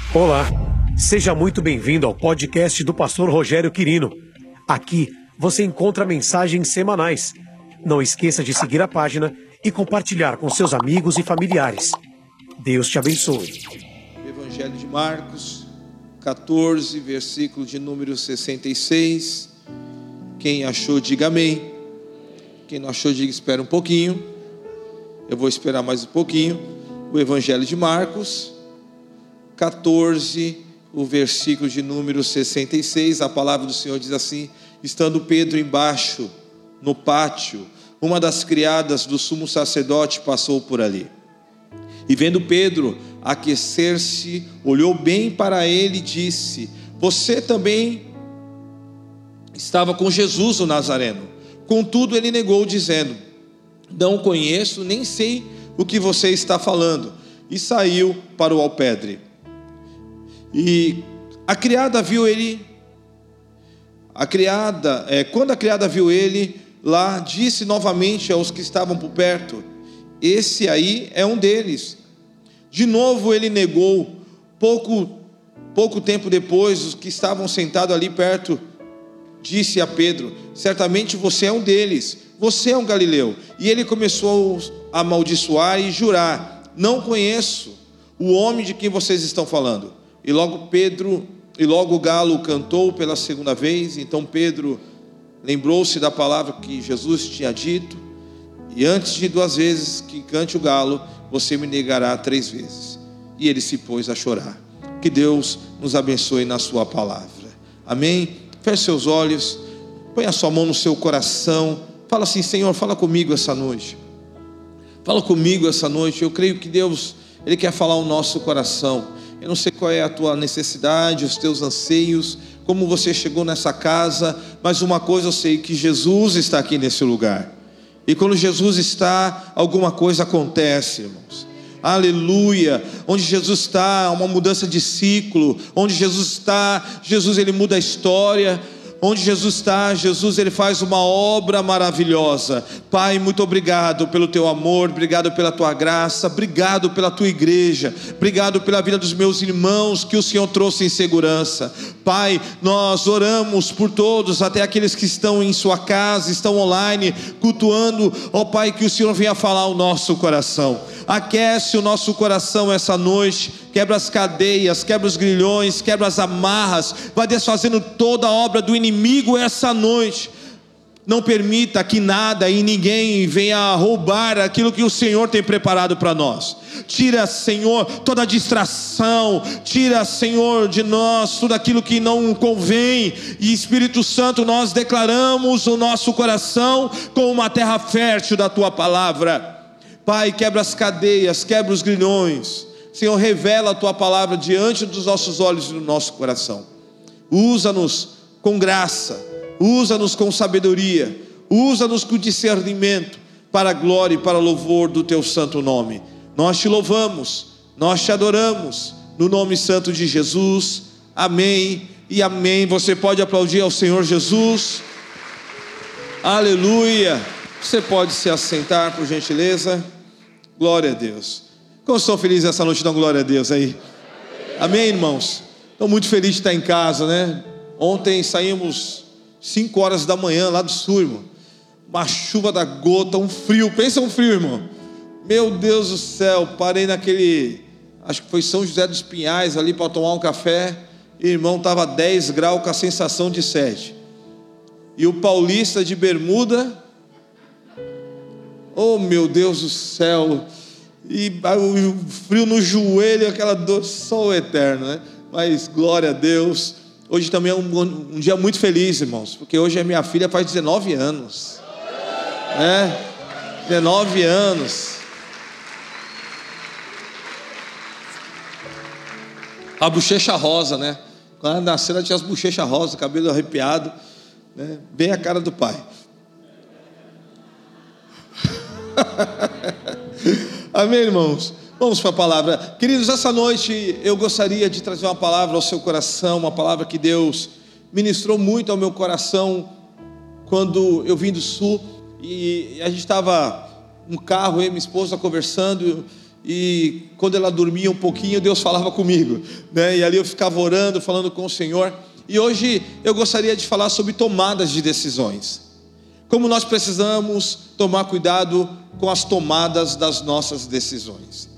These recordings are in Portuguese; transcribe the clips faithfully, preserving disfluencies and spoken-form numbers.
Olá, seja muito bem-vindo ao podcast do pastor Rogério Quirino. Aqui você encontra mensagens semanais. Não esqueça de seguir a página e compartilhar com seus amigos e familiares. Deus te abençoe. Evangelho de Marcos, catorze, versículo de número sessenta e seis. Quem achou, diga amém. Quem não achou, diga espera um pouquinho. Eu vou esperar mais um pouquinho. O Evangelho de Marcos, catorze, o versículo de número sessenta e seis. A palavra do Senhor diz assim: estando Pedro embaixo, no pátio, uma das criadas do sumo sacerdote passou por ali. E vendo Pedro aquecer-se, olhou bem para ele e disse: você também estava com Jesus o Nazareno. Contudo ele negou, dizendo: não o conheço, nem sei o que você está falando. E saiu para o alpendre. E a criada viu ele, a criada, é, quando a criada viu ele lá, disse novamente aos que estavam por perto: esse aí é um deles. De novo ele negou. Pouco, pouco tempo depois, os que estavam sentados ali perto disse a Pedro: certamente você é um deles, você é um galileu. E ele começou a amaldiçoar e jurar: não conheço o homem de quem vocês estão falando. E logo Pedro, e logo o galo cantou pela segunda vez. Então Pedro lembrou-se da palavra que Jesus tinha dito: e antes de duas vezes que cante o galo, você me negará três vezes. E ele se pôs a chorar. Que Deus nos abençoe na sua palavra. Amém? Feche seus olhos, põe a sua mão no seu coração, fala assim: Senhor, fala comigo essa noite. Fala comigo essa noite. Eu creio que Deus, Ele quer falar o nosso coração. Eu não sei qual é a tua necessidade, os teus anseios, como você chegou nessa casa, mas uma coisa eu sei, que Jesus está aqui nesse lugar. E quando Jesus está, alguma coisa acontece, irmãos. Aleluia. Onde Jesus está, uma mudança de ciclo. Onde Jesus está, Jesus ele muda a história. Onde Jesus está, Jesus ele faz uma obra maravilhosa. Pai, muito obrigado pelo teu amor, obrigado pela tua graça, obrigado pela tua igreja, obrigado pela vida dos meus irmãos que o Senhor trouxe em segurança. Pai, nós oramos por todos, até aqueles que estão em sua casa, estão online, cultuando. Ó Pai, que o Senhor venha falar ao nosso coração. Aquece o nosso coração essa noite. Quebra as cadeias, quebra os grilhões, quebra as amarras. Vai desfazendo toda a obra do inimigo essa noite. Não permita que nada e ninguém venha roubar aquilo que o Senhor tem preparado para nós. Tira, Senhor, toda a distração. Tira, Senhor, de nós tudo aquilo que não convém. E Espírito Santo, nós declaramos o nosso coração como uma terra fértil da tua palavra. Pai, quebra as cadeias, quebra os grilhões. Senhor, revela a tua palavra diante dos nossos olhos e do nosso coração. Usa-nos com graça, usa-nos com sabedoria, usa-nos com discernimento, para a glória e para o louvor do teu santo nome. Nós te louvamos, nós te adoramos, no nome santo de Jesus. Amém e amém. Você pode aplaudir ao Senhor Jesus. Aleluia. Você pode se assentar, por gentileza. Glória a Deus. Como estão felizes essa noite? Dão glória a Deus aí. Amém, irmãos? Estou muito feliz de estar em casa, né? Ontem saímos cinco horas da manhã lá do sul, irmão. Uma chuva da gota, um frio. Pensa um frio, irmão. Meu Deus do céu. Parei naquele, acho que foi São José dos Pinhais ali para tomar um café. E, irmão, estava dez graus com a sensação de sete. E o paulista de bermuda, oh meu Deus do céu, e o frio no joelho, aquela dor, só o eterno, né? Mas glória a Deus. Hoje também é um, um dia muito feliz, irmãos, porque hoje a minha filha faz dezenove anos, né? dezenove anos. A bochecha rosa, né? Quando ela nasceu, ela tinha as bochechas rosas, cabelo arrepiado, né? Bem a cara do pai. Amém, irmãos? Vamos para a palavra. Queridos, essa noite eu gostaria de trazer uma palavra ao seu coração, uma palavra que Deus ministrou muito ao meu coração quando eu vim do sul, e a gente estava no carro, eu e minha esposa conversando, e quando ela dormia um pouquinho, Deus falava comigo, né? E ali eu ficava orando, falando com o Senhor. E hoje eu gostaria de falar sobre tomadas de decisões. Como nós precisamos tomar cuidado com as tomadas das nossas decisões.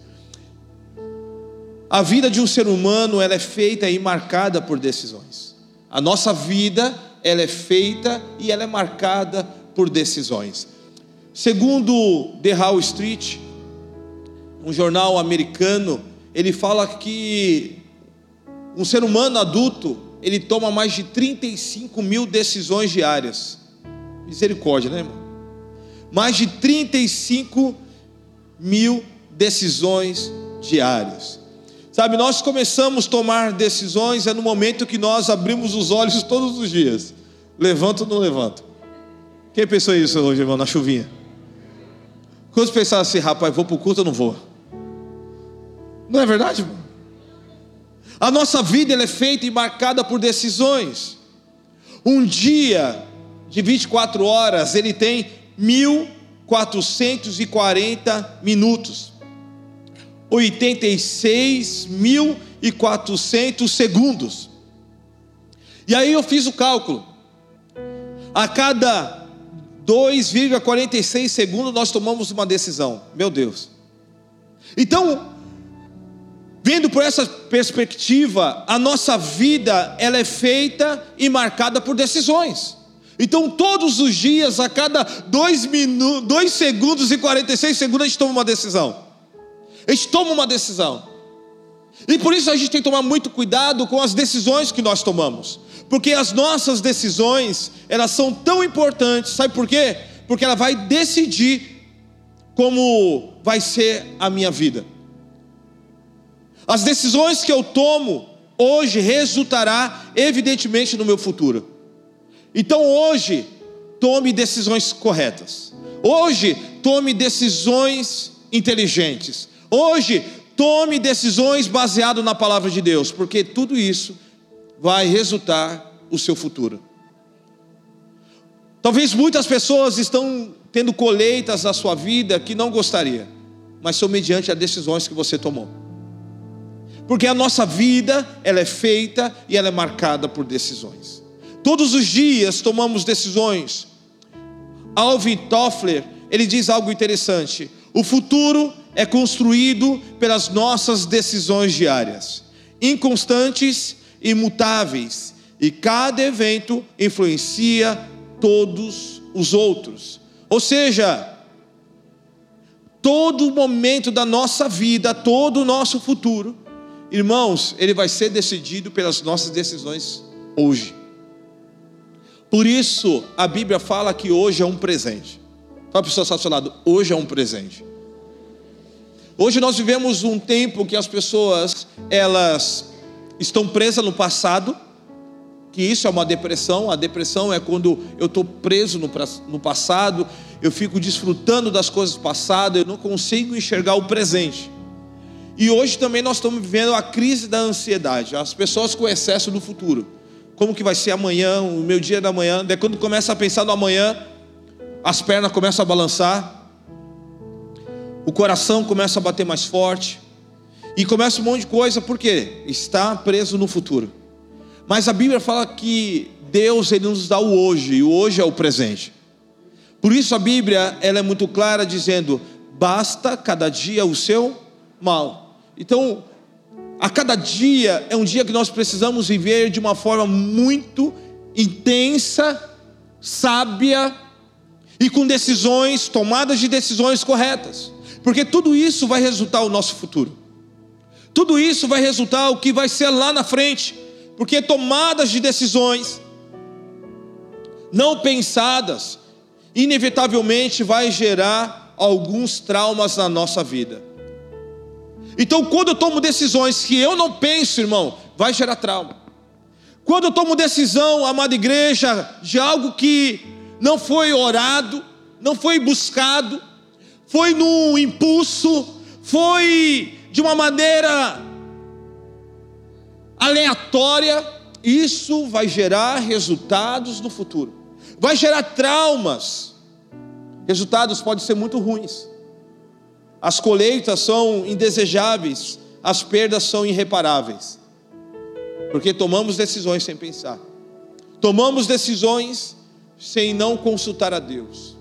A vida de um ser humano, ela é feita e marcada por decisões. A nossa vida, ela é feita e ela é marcada por decisões. Segundo The Wall Street, um jornal americano, ele fala que um ser humano adulto, ele toma mais de trinta e cinco mil decisões diárias. Misericórdia, né, irmão? Mais de trinta e cinco mil decisões diárias. Sabe, nós começamos a tomar decisões é no momento que nós abrimos os olhos todos os dias. Levanto ou não levanto? Quem pensou isso hoje, irmão, na chuvinha? Quando pensar assim, rapaz, vou para o culto ou não vou? Não é verdade, irmão? A nossa vida, ela é feita e marcada por decisões. Um dia de vinte e quatro horas, ele tem mil quatrocentos e quarenta minutos, oitenta e seis mil e quatrocentos segundos. E aí eu fiz o cálculo. A cada dois vírgula quarenta e seis segundos nós tomamos uma decisão. Meu Deus. Então, vendo por essa perspectiva, a nossa vida, ela é feita e marcada por decisões. Então todos os dias, a cada dois minutos, dois segundos e quarenta e seis segundos, a gente toma uma decisão. A gente toma uma decisão. E por isso a gente tem que tomar muito cuidado com as decisões que nós tomamos. Porque as nossas decisões, elas são tão importantes. Sabe por quê? Porque ela vai decidir como vai ser a minha vida. As decisões que eu tomo hoje resultará evidentemente no meu futuro. Então hoje, tome decisões corretas. Hoje, tome decisões inteligentes. Hoje, tome decisões baseadas na palavra de Deus, porque tudo isso vai resultar o seu futuro. Talvez muitas pessoas estão tendo colheitas na sua vida que não gostaria, mas são mediante as decisões que você tomou. Porque a nossa vida, ela é feita e ela é marcada por decisões. Todos os dias tomamos decisões. Alvin Toffler, ele diz algo interessante: o futuro é construído pelas nossas decisões diárias, inconstantes e imutáveis, e cada evento influencia todos os outros. Ou seja, todo momento da nossa vida, todo o nosso futuro, irmãos, ele vai ser decidido pelas nossas decisões hoje. Por isso a Bíblia fala que hoje é um presente. Fala para a pessoa ao seu lado, hoje é um presente. Hoje nós vivemos um tempo que as pessoas, elas estão presas no passado, que isso é uma depressão. A depressão é quando eu estou preso no, no passado, eu fico desfrutando das coisas passadas, eu não consigo enxergar o presente. E hoje também nós estamos vivendo a crise da ansiedade, as pessoas com excesso do futuro. Como que vai ser amanhã, o meu dia da manhã? Daí quando começa a pensar no amanhã, as pernas começam a balançar, o coração começa a bater mais forte, e começa um monte de coisa, por quê? Está preso no futuro. Mas a Bíblia fala que Deus, ele nos dá o hoje, e o hoje é o presente. Por isso a Bíblia, ela é muito clara dizendo, basta cada dia o seu mal. Então, a cada dia é um dia que nós precisamos viver de uma forma muito intensa, sábia e com decisões, tomadas de decisões corretas, porque tudo isso vai resultar o nosso futuro. Tudo isso vai resultar o que vai ser lá na frente, porque tomadas de decisões não pensadas inevitavelmente vai gerar alguns traumas na nossa vida. Então, quando eu tomo decisões que eu não penso, irmão, vai gerar trauma. Quando eu tomo decisão, amada igreja, de algo que não foi orado, não foi buscado, foi no impulso, foi de uma maneira aleatória, isso vai gerar resultados no futuro, vai gerar traumas. Resultados podem ser muito ruins. as colheitas são indesejáveis, as perdas são irreparáveis, porque tomamos decisões sem pensar, tomamos decisões sem não consultar a Deus.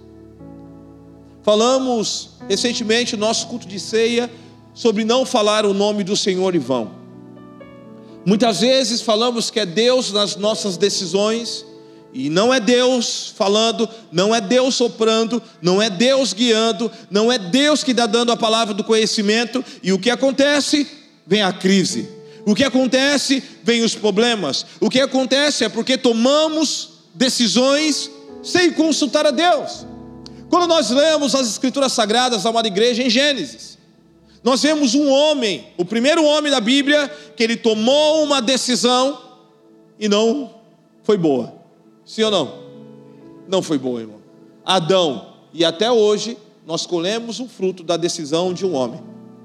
Falamos recentemente no nosso culto de ceia sobre não falar o nome do Senhor em vão. Muitas vezes falamos que é Deus nas nossas decisões, e não é Deus falando, não é Deus soprando, não é Deus guiando, não é Deus que está dando a palavra do conhecimento. E o que acontece? Vem a crise. O que acontece? Vem os problemas. O que acontece é porque tomamos decisões sem consultar a Deus. Quando nós lemos as escrituras sagradas da amada igreja em Gênesis, nós vemos um homem, o primeiro homem da Bíblia, que ele tomou uma decisão e não foi boa. Sim ou não? Não foi boa, irmão. Adão. E até hoje nós colhemos um fruto da decisão de um homem.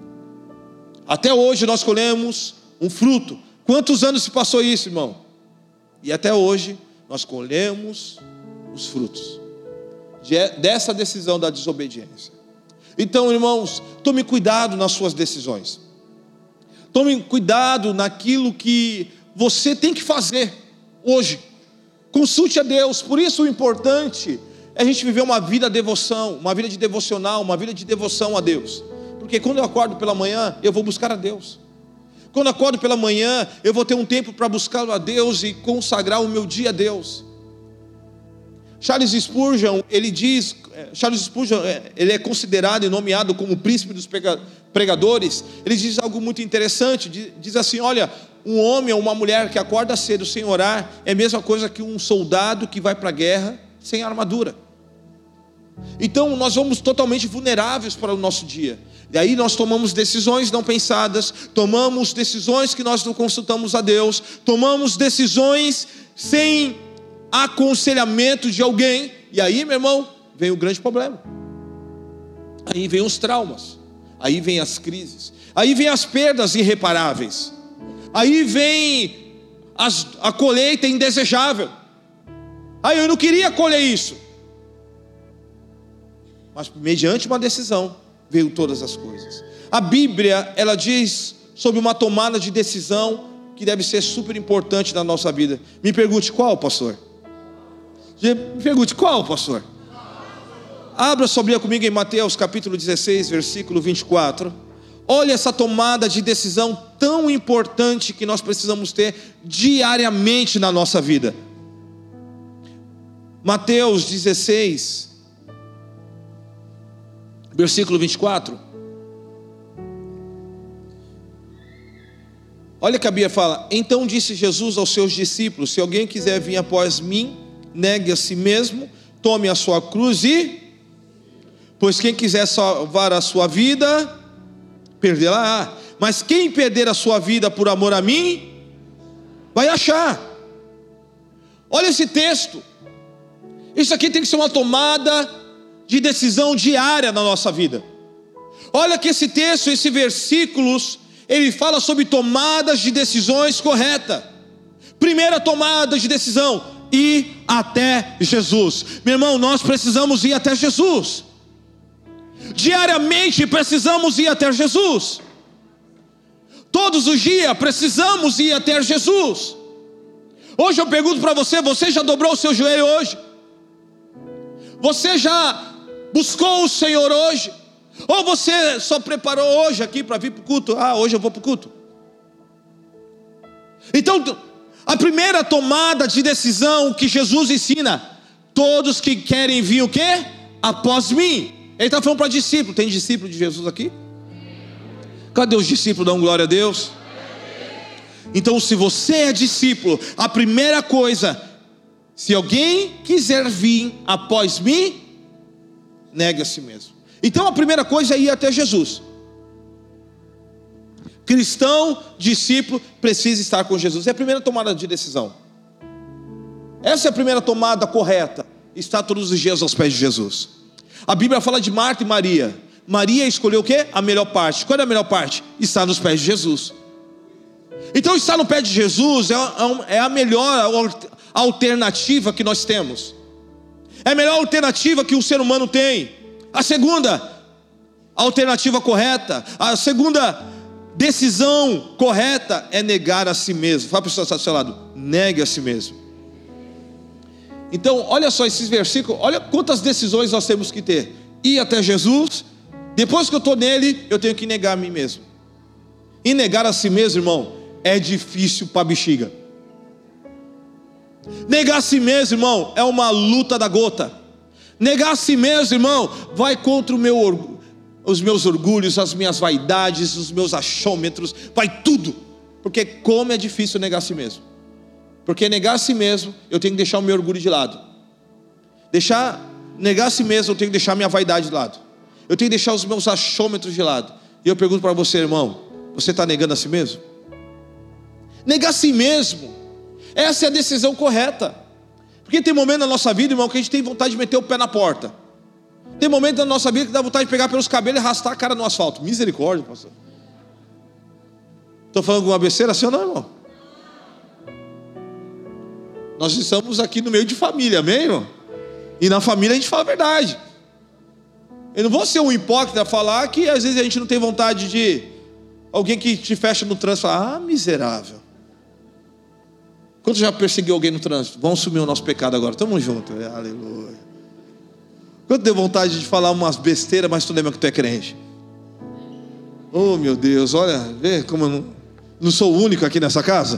Até hoje nós colhemos um fruto. Quantos anos se passou isso, irmão? E até hoje nós colhemos os frutos de, dessa decisão da desobediência. Então, irmãos, tome cuidado nas suas decisões. Tome cuidado naquilo que você tem que fazer hoje. Consulte a Deus. Por isso o importante é a gente viver uma vida de devoção, uma vida de devocional, uma vida de devoção a Deus. Porque quando eu acordo pela manhã, eu vou buscar a Deus. Quando eu acordo pela manhã, eu vou ter um tempo para buscar a Deus e consagrar o meu dia a Deus. Charles Spurgeon, ele diz, Charles Spurgeon, ele é considerado e nomeado como o príncipe dos pregadores. Ele diz algo muito interessante, diz assim: olha, um homem ou uma mulher que acorda cedo sem orar é a mesma coisa que um soldado que vai para a guerra sem armadura. Então nós vamos totalmente vulneráveis para o nosso dia. E aí nós tomamos decisões não pensadas, tomamos decisões que nós não consultamos a Deus, tomamos decisões sem aconselhamento de alguém. E aí, meu irmão, vem o grande problema. Aí vem os traumas, aí vem as crises, aí vem as perdas irreparáveis, aí vem as, a colheita indesejável. Aí eu não queria colher isso, mas mediante uma decisão veio todas as coisas. A Bíblia, ela diz sobre uma tomada de decisão que deve ser super importante na nossa vida. Me pergunte qual, pastor? Me pergunte qual, pastor? Abra sua Bíblia comigo em Mateus capítulo dezesseis, versículo vinte e quatro. Olha essa tomada de decisão tão importante que nós precisamos ter diariamente na nossa vida. Mateus dezesseis, versículo vinte e quatro. Olha que a Bíblia fala: então disse Jesus aos seus discípulos: se alguém quiser vir após mim, negue a si mesmo, tome a sua cruz e... pois quem quiser salvar a sua vida, perdê-la. Mas quem perder a sua vida por amor a mim, vai achar. Olha esse texto. Isso aqui tem que ser uma tomada de decisão diária na nossa vida. Olha que esse texto, esses versículos, ele fala sobre tomadas de decisões corretas. Primeira tomada de decisão: ir até Jesus. Meu irmão, nós precisamos ir até Jesus. Diariamente precisamos ir até Jesus. Todos os dias precisamos ir até Jesus. Hoje eu pergunto para você: você já dobrou o seu joelho hoje? Você já buscou o Senhor hoje? Ou você só preparou hoje aqui para vir para o culto? Ah, hoje eu vou para o culto. Então, a primeira tomada de decisão que Jesus ensina: todos que querem vir o quê? Após mim. Ele está falando para discípulo. Tem discípulo de Jesus aqui? Cadê os discípulos? Dão glória a Deus. Então, se você é discípulo, a primeira coisa: se alguém quiser vir após mim, negue a si mesmo. Então a primeira coisa é ir até Jesus. Cristão, discípulo, precisa estar com Jesus. É a primeira tomada de decisão. Essa é a primeira tomada correta: estar todos os dias aos pés de Jesus. A Bíblia fala de Marta e Maria. Maria escolheu o quê? A melhor parte. Qual é a melhor parte? Estar nos pés de Jesus. Então estar no pé de Jesus é a melhor alternativa que nós temos. É a melhor alternativa que o ser humano tem. A segunda, alternativa correta, a segunda decisão correta é negar a si mesmo. Fala para o pessoal que está do seu lado, negue a si mesmo. Então, olha só esses versículos, olha quantas decisões nós temos que ter. Ir até Jesus, depois que eu estou nele, eu tenho que negar a mim mesmo. E negar a si mesmo, irmão, é difícil para bexiga. Negar a si mesmo, irmão, é uma luta da gota. Negar a si mesmo, irmão, vai contra o meu orgulho, os meus orgulhos, as minhas vaidades, os meus achômetros, vai tudo. Porque como é difícil negar a si mesmo. Porque negar a si mesmo, eu tenho que deixar o meu orgulho de lado. Deixar, negar a si mesmo, eu tenho que deixar a minha vaidade de lado. Eu tenho que deixar os meus achômetros de lado. E eu pergunto para você, irmão, você está negando a si mesmo? Negar a si mesmo, essa é a decisão correta. Porque tem momento na nossa vida, irmão, que a gente tem vontade de meter o pé na porta. Tem momento na nossa vida que dá vontade de pegar pelos cabelos e arrastar a cara no asfalto. Misericórdia, pastor. Estou falando alguma besteira assim ou não, irmão? Nós estamos aqui no meio de família, amém, irmão? E na família a gente fala a verdade. Eu não vou ser um hipócrita a falar que às vezes a gente não tem vontade de... Alguém que te fecha no trânsito fala, ah, miserável. Quanto já perseguiu alguém no trânsito? Vamos assumir o nosso pecado agora, estamos juntos. Aleluia. Quanto deu vontade de falar umas besteiras, mas tu lembra que tu é crente? Oh meu Deus, olha, vê como eu não, não sou o único aqui nessa casa.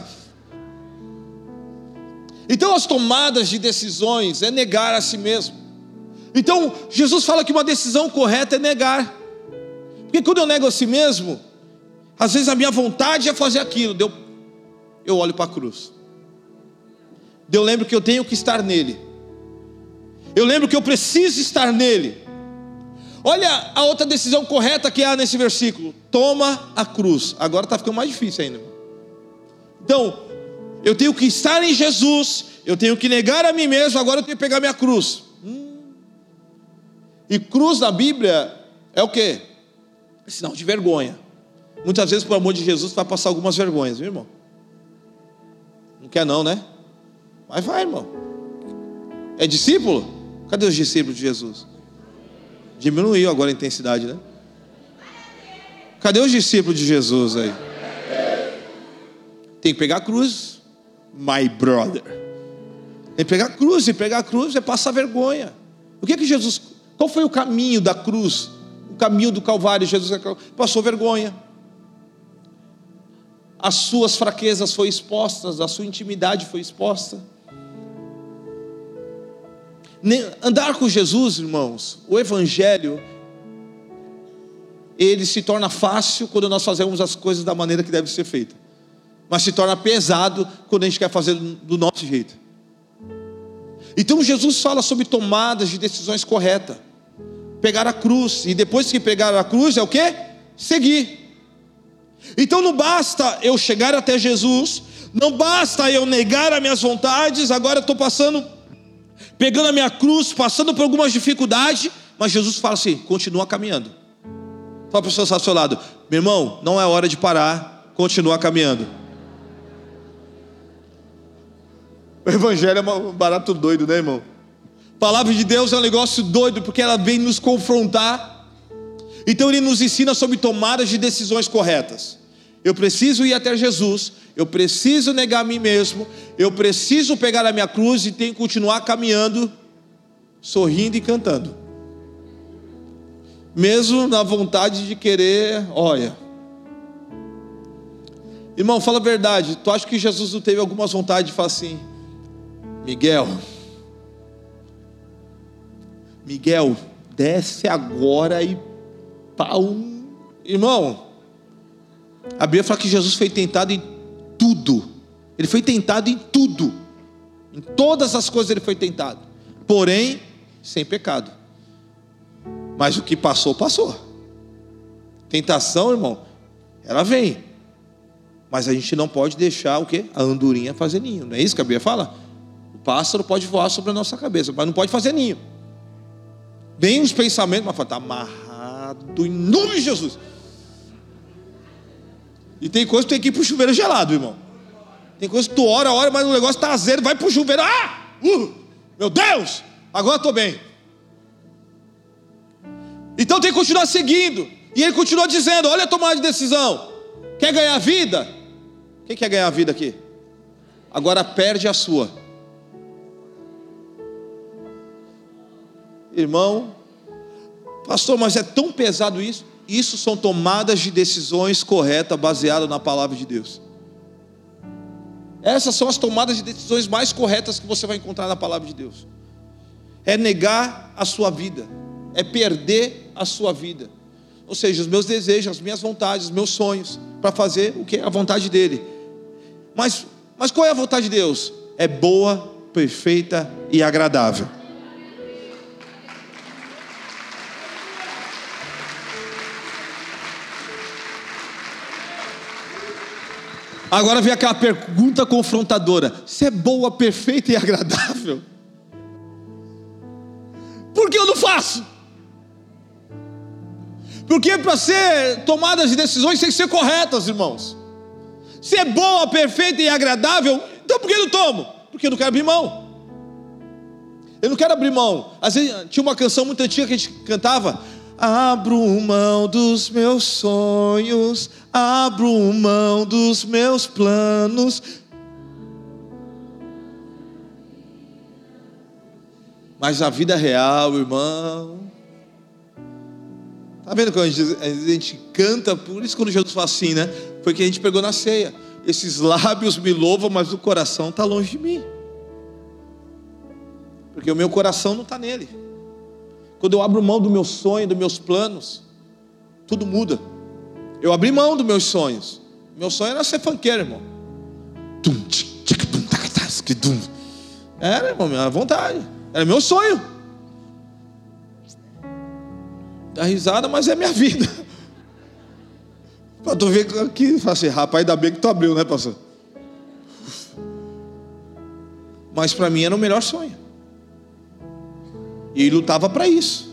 Então as tomadas de decisões é negar a si mesmo. Então Jesus fala que uma decisão correta é negar. Porque quando eu nego a si mesmo, às vezes a minha vontade é fazer aquilo, eu, eu olho para a cruz. Eu lembro que eu tenho que estar nele. Eu lembro que eu preciso estar nele. Olha a outra decisão correta que há nesse versículo. Toma a cruz. Agora está ficando mais difícil ainda. Então, eu tenho que estar em Jesus. Eu tenho que negar a mim mesmo. Agora eu tenho que pegar minha cruz. Hum. E cruz na Bíblia é o quê? É sinal de vergonha. Muitas vezes, por amor de Jesus, vai passar algumas vergonhas, viu, irmão? Não quer não, né? Mas vai, irmão. É discípulo? Cadê os discípulos de Jesus? Diminuiu agora a intensidade, né? Cadê os discípulos de Jesus aí? Tem que pegar a cruz, my brother. Tem que pegar a cruz, e pegar a cruz é passar vergonha. O que é que Jesus... Qual foi o caminho da cruz? O caminho do Calvário. Jesus passou vergonha. As suas fraquezas foram expostas, a sua intimidade foi exposta. Andar com Jesus, irmãos, o Evangelho, ele se torna fácil quando nós fazemos as coisas da maneira que deve ser feita, mas se torna pesado quando a gente quer fazer do nosso jeito. Então Jesus fala sobre tomadas de decisões corretas. Pegar a cruz, e depois que pegar a cruz é o quê? Seguir. Então não basta eu chegar até Jesus, não basta eu negar as minhas vontades, agora eu estou passando, pegando a minha cruz, passando por algumas dificuldades, mas Jesus fala assim, continua caminhando. Fala para a pessoa que está ao seu lado, meu irmão, não é hora de parar, continua caminhando. O Evangelho é um barato doido, né, irmão? A palavra de Deus é um negócio doido, porque ela vem nos confrontar. Então ele nos ensina sobre tomadas de decisões corretas. Eu preciso ir até Jesus, eu preciso negar a mim mesmo, eu preciso pegar a minha cruz e tenho que continuar caminhando, sorrindo e cantando. Mesmo na vontade de querer, olha. Irmão, fala a verdade, tu acha que Jesus não teve algumas vontades de falar assim, Miguel, Miguel, desce agora e pau. Irmão, a Bíblia fala que Jesus foi tentado em tudo. Ele foi tentado em tudo. Em todas as coisas ele foi tentado. Porém, sem pecado. Mas o que passou, passou. Tentação, irmão, ela vem. Mas a gente não pode deixar o quê? A andorinha fazer ninho. Não é isso que a Bíblia fala? O pássaro pode voar sobre a nossa cabeça, mas não pode fazer ninho. Vem os pensamentos, mas fala, está amarrado em nome de Jesus. E tem coisa que tem que ir para o chuveiro gelado, irmão. Tem coisa que tu ora, ora, mas o negócio está azedo, vai para o chuveiro. Ah! Uh, meu Deus! Agora estou bem. Então tem que continuar seguindo. E ele continua dizendo: olha a tomada de decisão. Quer ganhar a vida? Quem quer ganhar a vida aqui? Agora perde a sua. Irmão, pastor, mas é tão pesado isso? Isso são tomadas de decisões corretas, baseadas na palavra de Deus. Essas são as tomadas de decisões mais corretas que você vai encontrar na palavra de Deus. É negar a sua vida, é perder a sua vida. Ou seja, os meus desejos, as minhas vontades, os meus sonhos, para fazer o que é a vontade dele. Mas, mas qual é a vontade de Deus? É boa, perfeita e agradável. Agora vem aquela pergunta confrontadora: se é boa, perfeita e agradável, por que eu não faço? Porque para ser tomadas de decisões tem que ser corretas, irmãos. Se é boa, perfeita e agradável, então por que eu não tomo? Porque eu não quero abrir mão. Eu não quero abrir mão. Às vezes tinha uma canção muito antiga que a gente cantava: abro mão dos meus sonhos, abro mão dos meus planos. Mas a vida real, irmão, tá vendo quando a gente, a gente canta? Por isso quando Jesus fala assim, né? Foi que a gente pegou na ceia: esses lábios me louvam, mas o coração está longe de mim. Porque o meu coração não está nele. Quando eu abro mão do meu sonho, dos meus planos, tudo muda. Eu abri mão dos meus sonhos. Meu sonho era ser funkeiro, irmão. Era, irmão, minha vontade. Era meu sonho. Dá risada, mas é minha vida. Pra tu ver aqui, fala assim: rapaz, ainda bem que tu abriu, né, pastor? Mas para mim era o melhor sonho. E lutava para isso.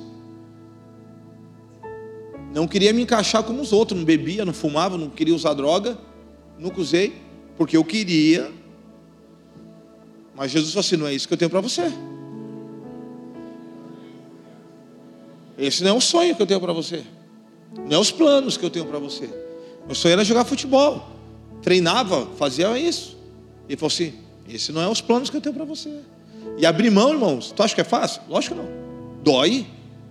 Não queria me encaixar como os outros. Não bebia, não fumava, não queria usar droga. Nunca usei, porque eu queria. Mas Jesus falou assim: não é isso que eu tenho para você. Esse não é o sonho que eu tenho para você. Não é os planos que eu tenho para você. Meu sonho era jogar futebol. Treinava, fazia isso. Ele falou assim: esse não é os planos que eu tenho para você. E abrir mão, irmãos, tu acha que é fácil? Lógico que não. Dói.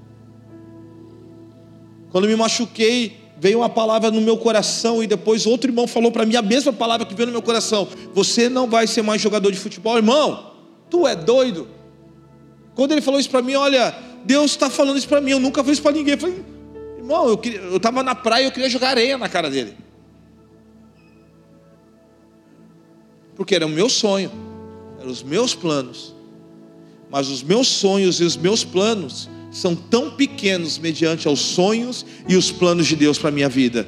Quando me machuquei, veio uma palavra no meu coração, e depois outro irmão falou para mim a mesma palavra que veio no meu coração: você não vai ser mais jogador de futebol. Irmão, tu é doido. Quando ele falou isso para mim: olha, Deus está falando isso para mim, eu nunca fiz isso para ninguém. Eu falei: irmão, eu estava na praia, eu queria jogar areia na cara dele. Porque era o meu sonho, eram os meus planos. Mas os meus sonhos e os meus planos são tão pequenos mediante aos sonhos e os planos de Deus para a minha vida.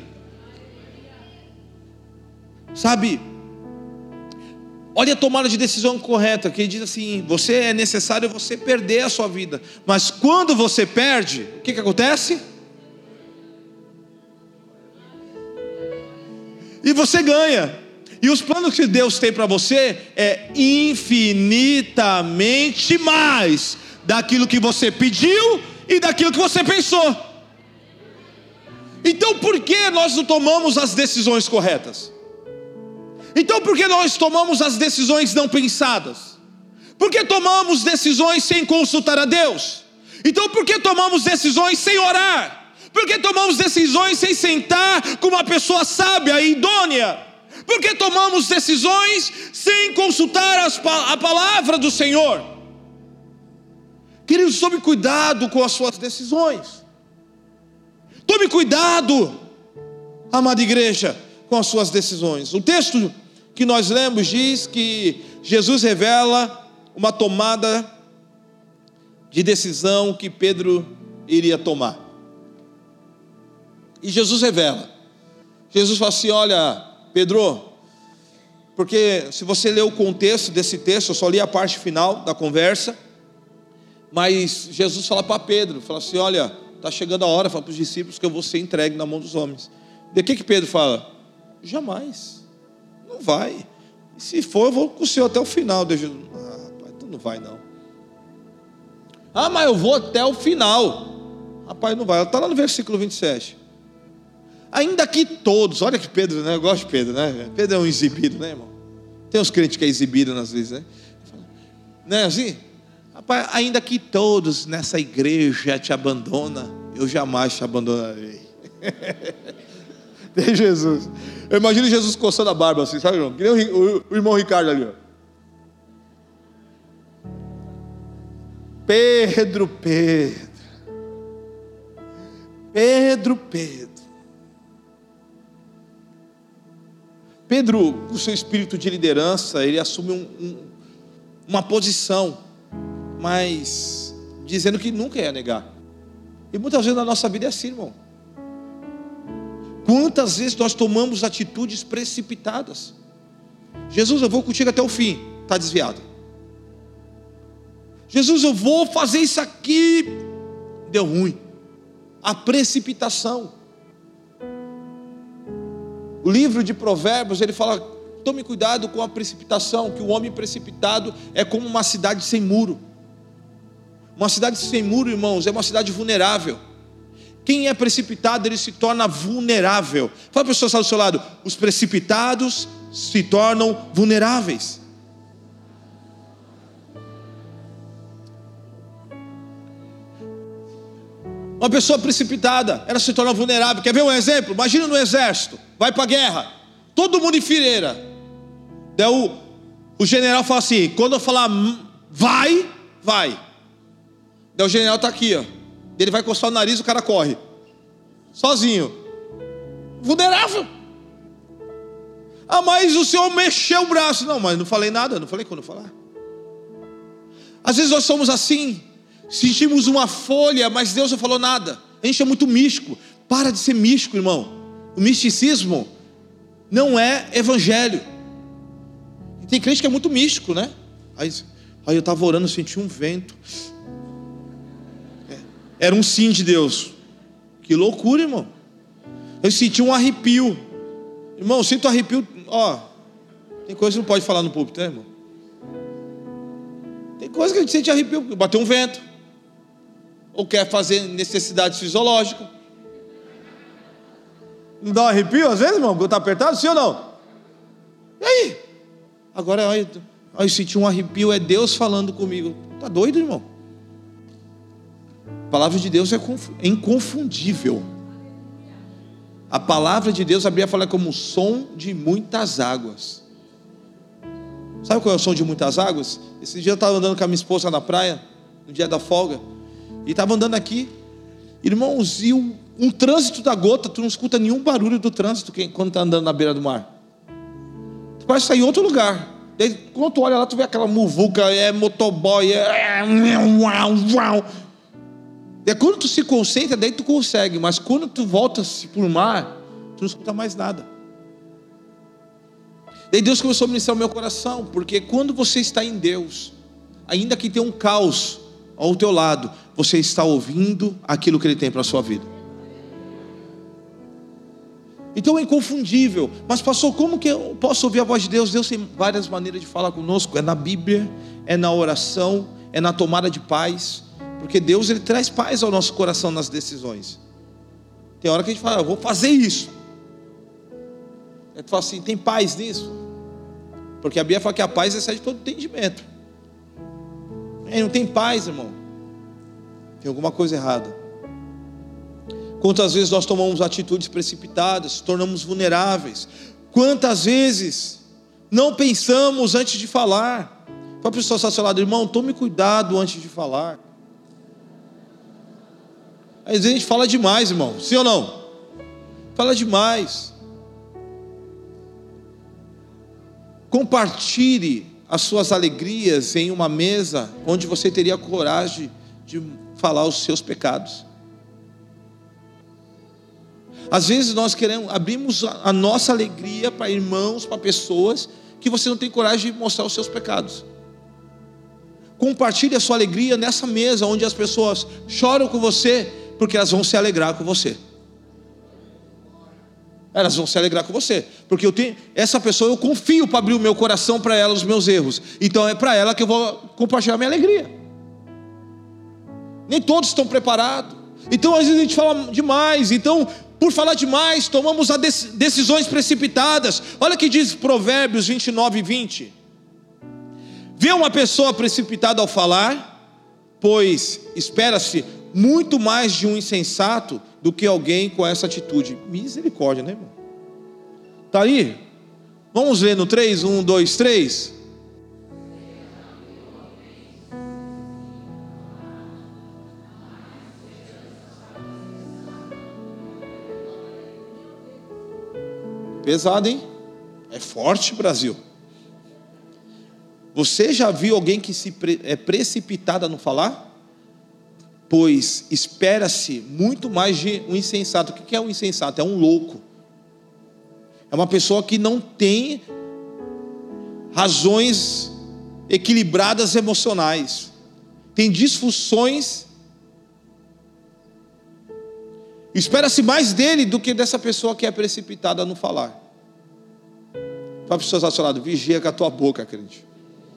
Sabe, olha a tomada de decisão correta, que ele diz assim: você é necessário você perder a sua vida. Mas quando você perde, o que, que acontece? E você ganha. E os planos que Deus tem para você é infinitamente mais daquilo que você pediu e daquilo que você pensou. Então por que nós não tomamos as decisões corretas? Então por que nós tomamos as decisões não pensadas? Por que tomamos decisões sem consultar a Deus? Então por que tomamos decisões sem orar? Por que tomamos decisões sem sentar com uma pessoa sábia e idônea? Por que tomamos decisões sem consultar as, a palavra do Senhor? Queridos, tome cuidado com as suas decisões. Tome cuidado, amada igreja, com as suas decisões. O texto que nós lemos diz que Jesus revela uma tomada de decisão que Pedro iria tomar. E Jesus revela. Jesus fala assim: olha, Pedro, porque se você ler o contexto desse texto, eu só li a parte final da conversa, mas Jesus fala para Pedro, fala assim: olha, está chegando a hora, fala para os discípulos que eu vou ser entregue na mão dos homens. De que que Pedro fala? Jamais, não vai. E se for, eu vou com o Senhor até o final. Deixa... Ah, pai, tu não vai não. Ah, mas eu vou até o final. Rapaz, não vai. Está lá no versículo vinte e sete. ainda que todos, olha que Pedro, né? Eu gosto de Pedro, né? Pedro é um exibido, né, irmão? Tem uns crentes que é exibido às vezes, né? Não é assim? Rapaz, ainda que todos nessa igreja te abandonam, eu jamais te abandonarei. Tem Jesus. Eu imagino Jesus coçando a barba assim, sabe, irmão? Que nem o, o, o irmão Ricardo ali, ó. Pedro, Pedro. Pedro, Pedro. Pedro, com o seu espírito de liderança, ele assume um, um, uma posição, mas dizendo que nunca ia negar. E muitas vezes na nossa vida é assim, irmão. Quantas vezes nós tomamos atitudes precipitadas? Jesus, eu vou contigo até o fim. Está desviado. Jesus, eu vou fazer isso aqui. Deu ruim. A precipitação. O livro de Provérbios, ele fala: tome cuidado com a precipitação, que o homem precipitado é como uma cidade sem muro. Uma cidade sem muro, irmãos, é uma cidade vulnerável. Quem é precipitado, ele se torna vulnerável. Fala para a pessoa que está do seu lado: os precipitados se tornam vulneráveis. Uma pessoa precipitada, ela se torna vulnerável. Quer ver um exemplo? Imagina no exército, vai para a guerra, todo mundo em fileira. Daí o, o general fala assim: quando eu falar vai, vai. Daí o general está aqui, ó. Ele vai coçar o nariz, o cara corre sozinho. Vulnerável. Ah, mas o senhor mexeu o braço. Não, mas não falei nada, não falei quando falar. Às vezes nós somos assim, sentimos uma folha, mas Deus não falou nada. A gente é muito místico. Para de ser místico, irmão. O misticismo não é evangelho. E tem crente que é muito místico, né? Aí, aí eu estava orando, senti um vento. Era um sim de Deus. Que loucura, irmão. Eu senti um arrepio. Irmão, eu sinto arrepio. Ó, tem coisa que não pode falar no púlpito, né, irmão? Tem coisa que a gente sente arrepio, porque bateu um vento, ou quer fazer necessidade fisiológica. Não dá um arrepio às vezes, irmão? Porque está apertado, sim ou não? E aí? Agora, olha, eu senti um arrepio, é Deus falando comigo. Tá doido, irmão? A palavra de Deus é inconfundível. A palavra de Deus, a Bíblia fala como o som de muitas águas. Sabe qual é o som de muitas águas? Esse dia eu estava andando com a minha esposa na praia, no dia da folga, e estava andando aqui, irmãos, e um, um trânsito da gota, tu não escuta nenhum barulho do trânsito quando está andando na beira do mar. Tu parece sair em outro lugar. Daí, quando tu olha lá, tu vê aquela muvuca, é motoboy, é... E quando tu se concentra, daí tu consegue. Mas quando tu volta-se para o mar, tu não escuta mais nada. Daí Deus começou a ministrar o meu coração, porque quando você está em Deus, ainda que tenha um caos ao teu lado, você está ouvindo aquilo que Ele tem para a sua vida. Então é inconfundível. Mas pastor, como que eu posso ouvir a voz de Deus? Deus tem várias maneiras de falar conosco. É na Bíblia, é na oração, é na tomada de paz. Porque Deus, Ele traz paz ao nosso coração nas decisões. Tem hora que a gente fala: eu vou fazer isso. Aí tu fala assim: tem paz nisso? Porque a Bíblia fala que a paz excede todo entendimento. E não tem paz, irmão. Tem alguma coisa errada. Quantas vezes nós tomamos atitudes precipitadas, tornamos vulneráveis? Quantas vezes não pensamos antes de falar? Para a pessoa estar ao seu lado: irmão, tome cuidado antes de falar. Às vezes a gente fala demais, irmão. Sim ou não? Fala demais. Compartilhe as suas alegrias em uma mesa onde você teria coragem de falar os seus pecados. Às vezes nós queremos, abrimos a nossa alegria para irmãos, para pessoas que você não tem coragem de mostrar os seus pecados. Compartilhe a sua alegria nessa mesa onde as pessoas choram com você, porque elas vão se alegrar com você. Elas vão se alegrar com você, porque eu tenho essa pessoa, eu confio para abrir o meu coração para ela, os meus erros. Então é para ela que eu vou compartilhar a minha alegria. Nem todos estão preparados. Então às vezes a gente fala demais. Então por falar demais, tomamos decisões precipitadas. Olha o que diz Provérbios vinte e nove e vinte. Vê uma pessoa precipitada ao falar, pois espera-se muito mais de um insensato do que alguém com essa atitude. Misericórdia, né, irmão? Está aí? Vamos ler no três, um, dois, três. Pesado, hein? É forte, Brasil. Você já viu alguém que se pre... é precipitada no falar? Pois espera-se muito mais de um insensato. O que é um insensato? É um louco. É uma pessoa que não tem razões equilibradas emocionais. Tem disfunções. Espera-se mais dele do que dessa pessoa que é precipitada no falar. Fala para as pessoas ao seu lado, vigia com a tua boca, crente.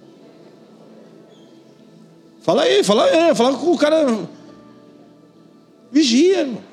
Fala aí, fala aí, fala com o cara. Vigia, irmão.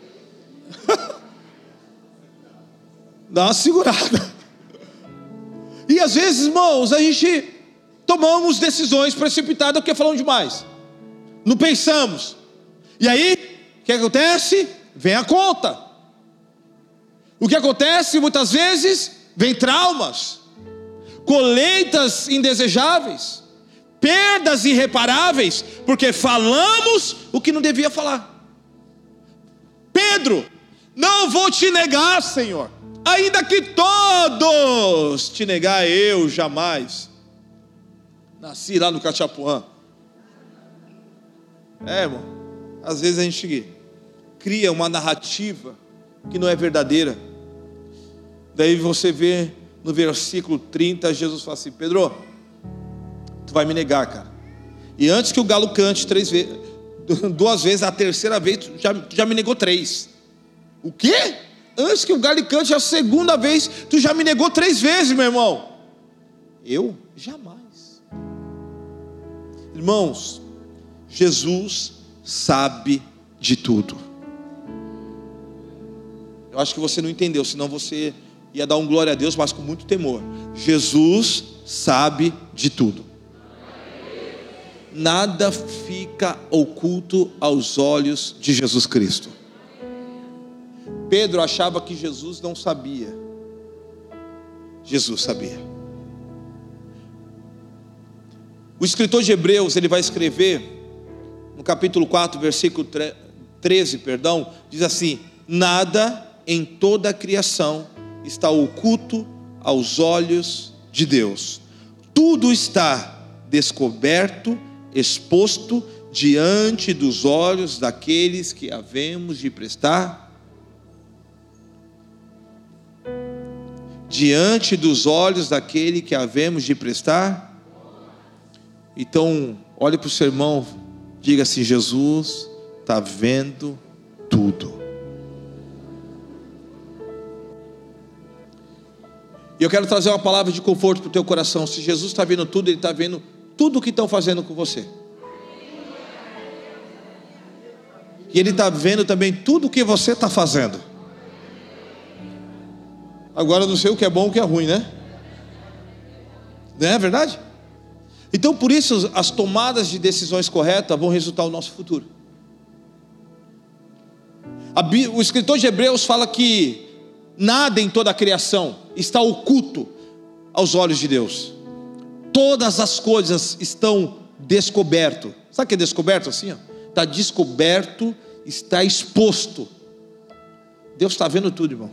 Dá uma segurada. E às vezes, irmãos, a gente tomamos decisões precipitadas porque falamos demais. Não pensamos. E aí, o que acontece? Vem a conta. O que acontece muitas vezes? Vem traumas, colheitas indesejáveis, perdas irreparáveis, porque falamos o que não devia falar. Pedro, não vou te negar, Senhor, ainda que todos te negar, eu jamais. Nasci lá no Cachapuã. É, irmão, às vezes a gente cria uma narrativa que não é verdadeira. Daí você vê no versículo trinta, Jesus fala assim: Pedro, tu vai me negar, cara. E antes que o galo cante três vezes, duas vezes, a terceira vez tu já, tu já me negou três. O quê? Antes que o galo cante a segunda vez, tu já me negou três vezes, meu irmão. Eu? Jamais. Irmãos, Jesus sabe de tudo. Eu acho que você não entendeu, senão você ia dar um glória a Deus, mas com muito temor. Jesus sabe de tudo. Nada fica oculto aos olhos de Jesus Cristo. Pedro achava que Jesus não sabia. Jesus sabia. O escritor de Hebreus, ele vai escrever no capítulo quatro, versículo treze, perdão, diz assim: nada em toda a criação está oculto aos olhos de Deus. Tudo está descoberto, exposto diante dos olhos daqueles que havemos de prestar. Diante dos olhos daquele que havemos de prestar. Então, olhe para o seu irmão, diga assim: Jesus está vendo tudo. E eu quero trazer uma palavra de conforto para o teu coração. Se Jesus está vendo tudo, Ele está vendo tudo o que estão fazendo com você. E Ele está vendo também tudo o que você está fazendo. Agora eu não sei o que é bom e o que é ruim, né? Não é verdade? Então por isso as tomadas de decisões corretas vão resultar no nosso futuro. O escritor de Hebreus fala que nada em toda a criação está oculto aos olhos de Deus. Todas as coisas estão descobertas. Sabe o que é descoberto assim? Ó? Está descoberto, está exposto. Deus está vendo tudo, irmão.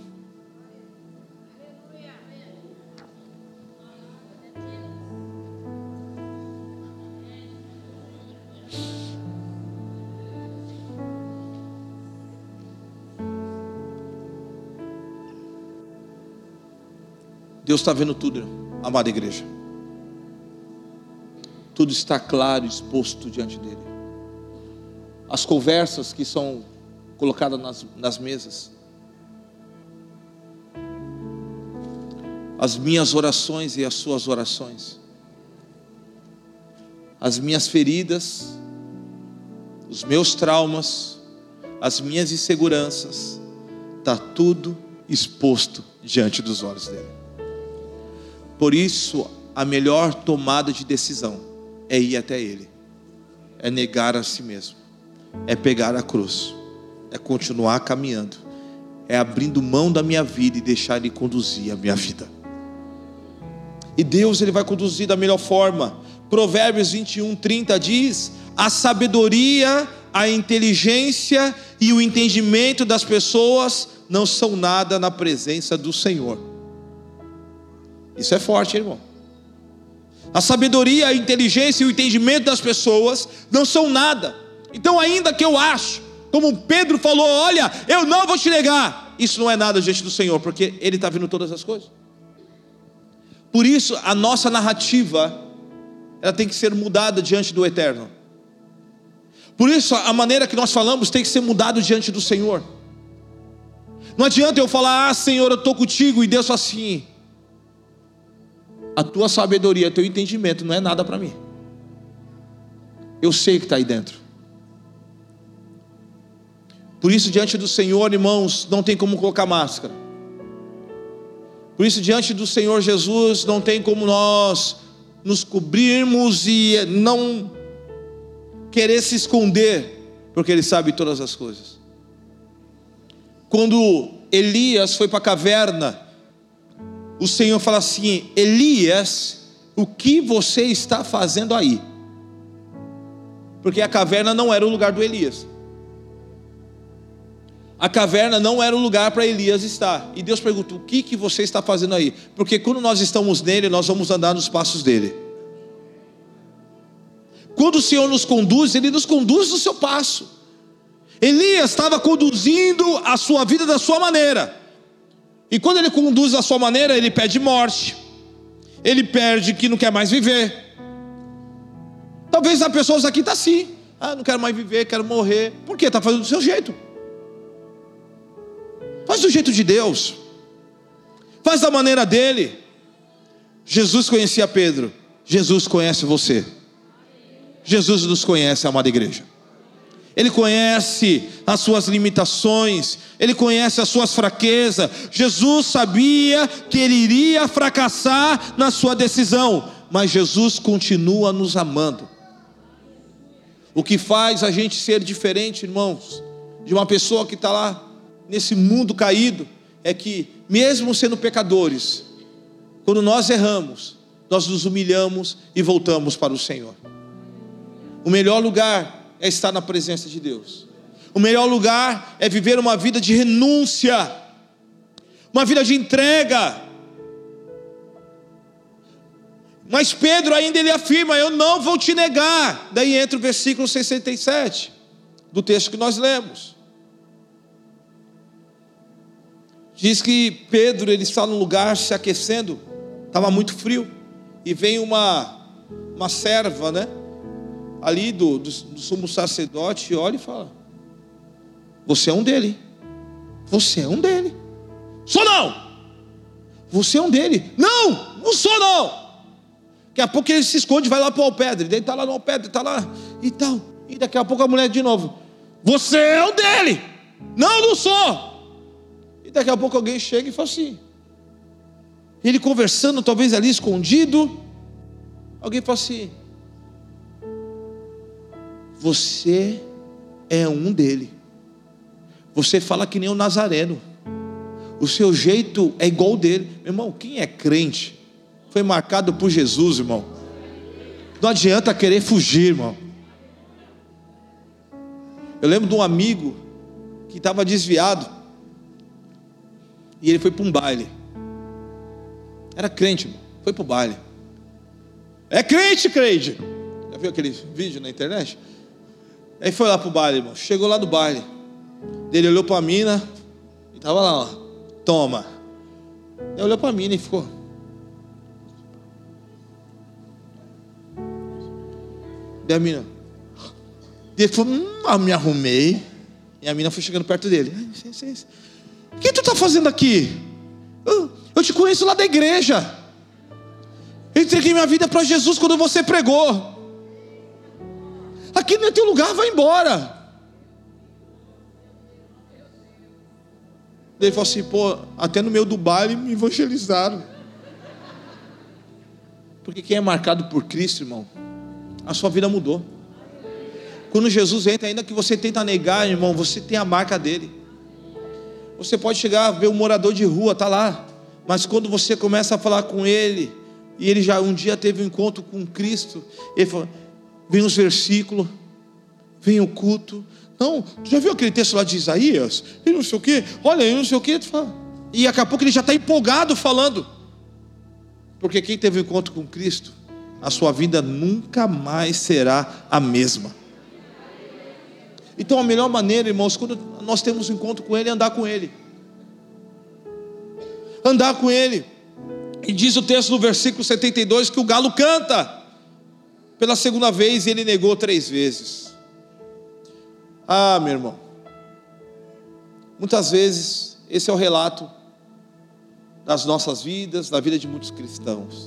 Deus está vendo tudo, amada igreja. Tudo está claro, exposto diante dele. As conversas que são colocadas nas, nas mesas, as minhas orações e as suas orações, as minhas feridas, os meus traumas, as minhas inseguranças, está tudo exposto diante dos olhos dele. Por isso, a melhor tomada de decisão é ir até ele, é negar a si mesmo, é pegar a cruz, é continuar caminhando, é abrindo mão da minha vida e deixar ele conduzir a minha vida. E Deus, ele vai conduzir da melhor forma. Provérbios vinte e um, trinta diz: a sabedoria, a inteligência e o entendimento das pessoas não são nada na presença do Senhor. Isso é forte, irmão. A sabedoria, a inteligência e o entendimento das pessoas não são nada. Então, ainda que eu acho, como Pedro falou, olha, eu não vou te negar, isso não é nada diante do Senhor, porque Ele está vendo todas as coisas. Por isso, a nossa narrativa, ela tem que ser mudada diante do Eterno. Por isso, a maneira que nós falamos tem que ser mudada diante do Senhor. Não adianta eu falar, ah, Senhor, eu estou contigo, e Deus fala assim: a tua sabedoria, teu entendimento não é nada para mim. Eu sei o que está aí dentro. Por isso, diante do Senhor, irmãos, não tem como colocar máscara. Por isso, diante do Senhor Jesus, não tem como nós nos cobrirmos e não querer se esconder, porque Ele sabe todas as coisas. Quando Elias foi para a caverna, o Senhor fala assim: Elias, o que você está fazendo aí? Porque a caverna não era o lugar do Elias. A caverna não era o lugar para Elias estar. E Deus pergunta: o que, que você está fazendo aí? Porque quando nós estamos nele, nós vamos andar nos passos dele. Quando o Senhor nos conduz, Ele nos conduz no seu passo. Elias estava conduzindo a sua vida da sua maneira. E quando ele conduz da sua maneira, ele perde morte. Ele perde que não quer mais viver. Talvez as pessoas aqui estão assim: ah, não quero mais viver, quero morrer. Por quê? Está fazendo do seu jeito. Faz do jeito de Deus. Faz da maneira dele. Jesus conhecia Pedro. Jesus conhece você. Jesus nos conhece, amada igreja. Ele conhece as suas limitações, Ele conhece as suas fraquezas. Jesus sabia que ele iria fracassar na sua decisão, mas Jesus continua nos amando. O que faz a gente ser diferente, irmãos, de uma pessoa que está lá nesse mundo caído, é que mesmo sendo pecadores, quando nós erramos, nós nos humilhamos e voltamos para o Senhor. O melhor lugar é estar na presença de Deus. O melhor lugar é viver uma vida de renúncia, uma vida de entrega. Mas Pedro ainda ele afirma: eu não vou te negar. Daí entra o versículo sessenta e sete do texto que nós lemos. Diz que Pedro ele está num lugar se aquecendo, estava muito frio, e vem uma, uma serva, né? ali do, do, do sumo sacerdote, olha e fala: você é um dele. Você é um dele. Sou não. Você é um dele. Não, não sou não. Daqui a pouco ele se esconde, vai lá para o alpedre. Ele está lá no alpedre, está lá e tal. E daqui a pouco a mulher de novo: você é um dele. Não, não sou. E daqui a pouco alguém chega e fala assim, ele conversando talvez ali escondido, alguém fala assim: você é um dele. Você fala que nem o Nazareno. O seu jeito é igual ao dele. Meu irmão, quem é crente foi marcado por Jesus, irmão. Não adianta querer fugir, irmão. Eu lembro de um amigo que estava desviado, e ele foi para um baile. Era crente, irmão. Foi para o baile. É crente, crente. Já viu aquele vídeo na internet? Aí foi lá para o baile, irmão. Chegou lá do baile. Ele olhou para a mina e estava lá, ó. Toma. Ele olhou para a mina e ficou. Daí a mina. Ele falou: hum, eu me arrumei. E a mina foi chegando perto dele. O que tu está fazendo aqui? Eu, eu te conheço lá da igreja. Eu entreguei minha vida para Jesus quando você pregou. Aqui não é teu lugar, vai embora. Ele falou assim: pô, até no meio do baile me evangelizaram. Porque quem é marcado por Cristo, irmão, a sua vida mudou. Quando Jesus entra, ainda que você tenta negar, irmão, você tem a marca dele. Você pode chegar a ver um morador de rua, tá lá, mas quando você começa a falar com ele, e ele já um dia teve um encontro com Cristo, ele fala, vem os versículos, vem o culto. Não, tu já viu aquele texto lá de Isaías? E não sei o que, olha, e não sei o que. E daqui a pouco ele já está empolgado falando. Porque quem teve um encontro com Cristo, a sua vida nunca mais será a mesma. Então a melhor maneira, irmãos, quando nós temos um encontro com Ele, é andar com Ele. Andar com Ele. E diz o texto no versículo setenta e dois que o galo canta pela segunda vez e ele negou três vezes. Ah, meu irmão, muitas vezes esse é o relato das nossas vidas, da vida de muitos cristãos,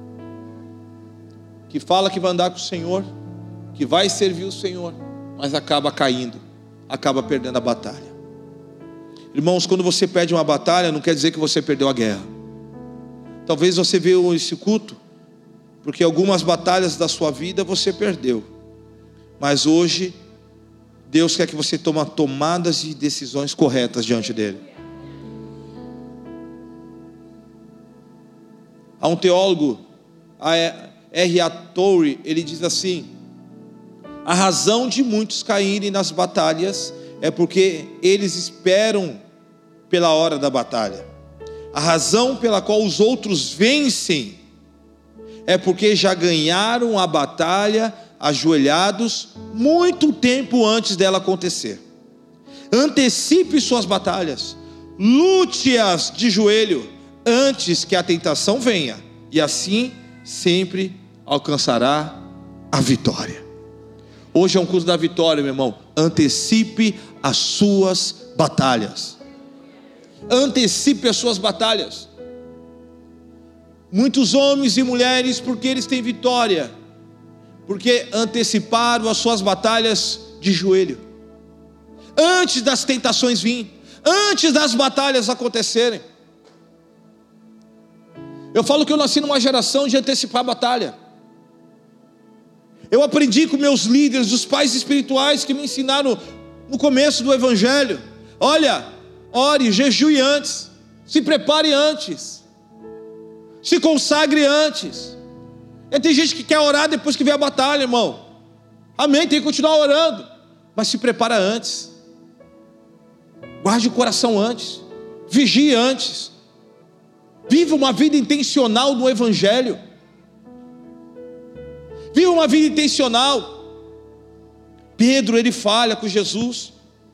que fala que vai andar com o Senhor, que vai servir o Senhor, mas acaba caindo, acaba perdendo a batalha. Irmãos, quando você perde uma batalha, não quer dizer que você perdeu a guerra. Talvez você viu esse culto porque algumas batalhas da sua vida você perdeu, mas hoje Deus quer que você tome tomadas de decisões corretas diante dele. Há um teólogo, R A Torrey, ele diz assim: a razão de muitos caírem nas batalhas é porque eles esperam pela hora da batalha. A razão pela qual os outros vencem é porque já ganharam a batalha ajoelhados muito tempo antes dela acontecer. Antecipe suas batalhas, lute-as de joelho antes que a tentação venha, e assim sempre alcançará a vitória. Hoje é um culto da vitória, meu irmão. Antecipe as suas batalhas. Antecipe as suas batalhas. Muitos homens e mulheres, porque eles têm vitória, porque anteciparam as suas batalhas de joelho, antes das tentações virem, antes das batalhas acontecerem. Eu falo que eu nasci numa geração de antecipar a batalha. Eu aprendi com meus líderes, os pais espirituais que me ensinaram no começo do evangelho: olha, ore, jejue antes, se prepare antes, se consagre antes. E tem gente que quer orar depois que vê a batalha, irmão. Amém, tem que continuar orando, mas se prepara antes. Guarde o coração antes, vigie antes, viva uma vida intencional no evangelho. Viva uma vida intencional. Pedro, ele falha com Jesus.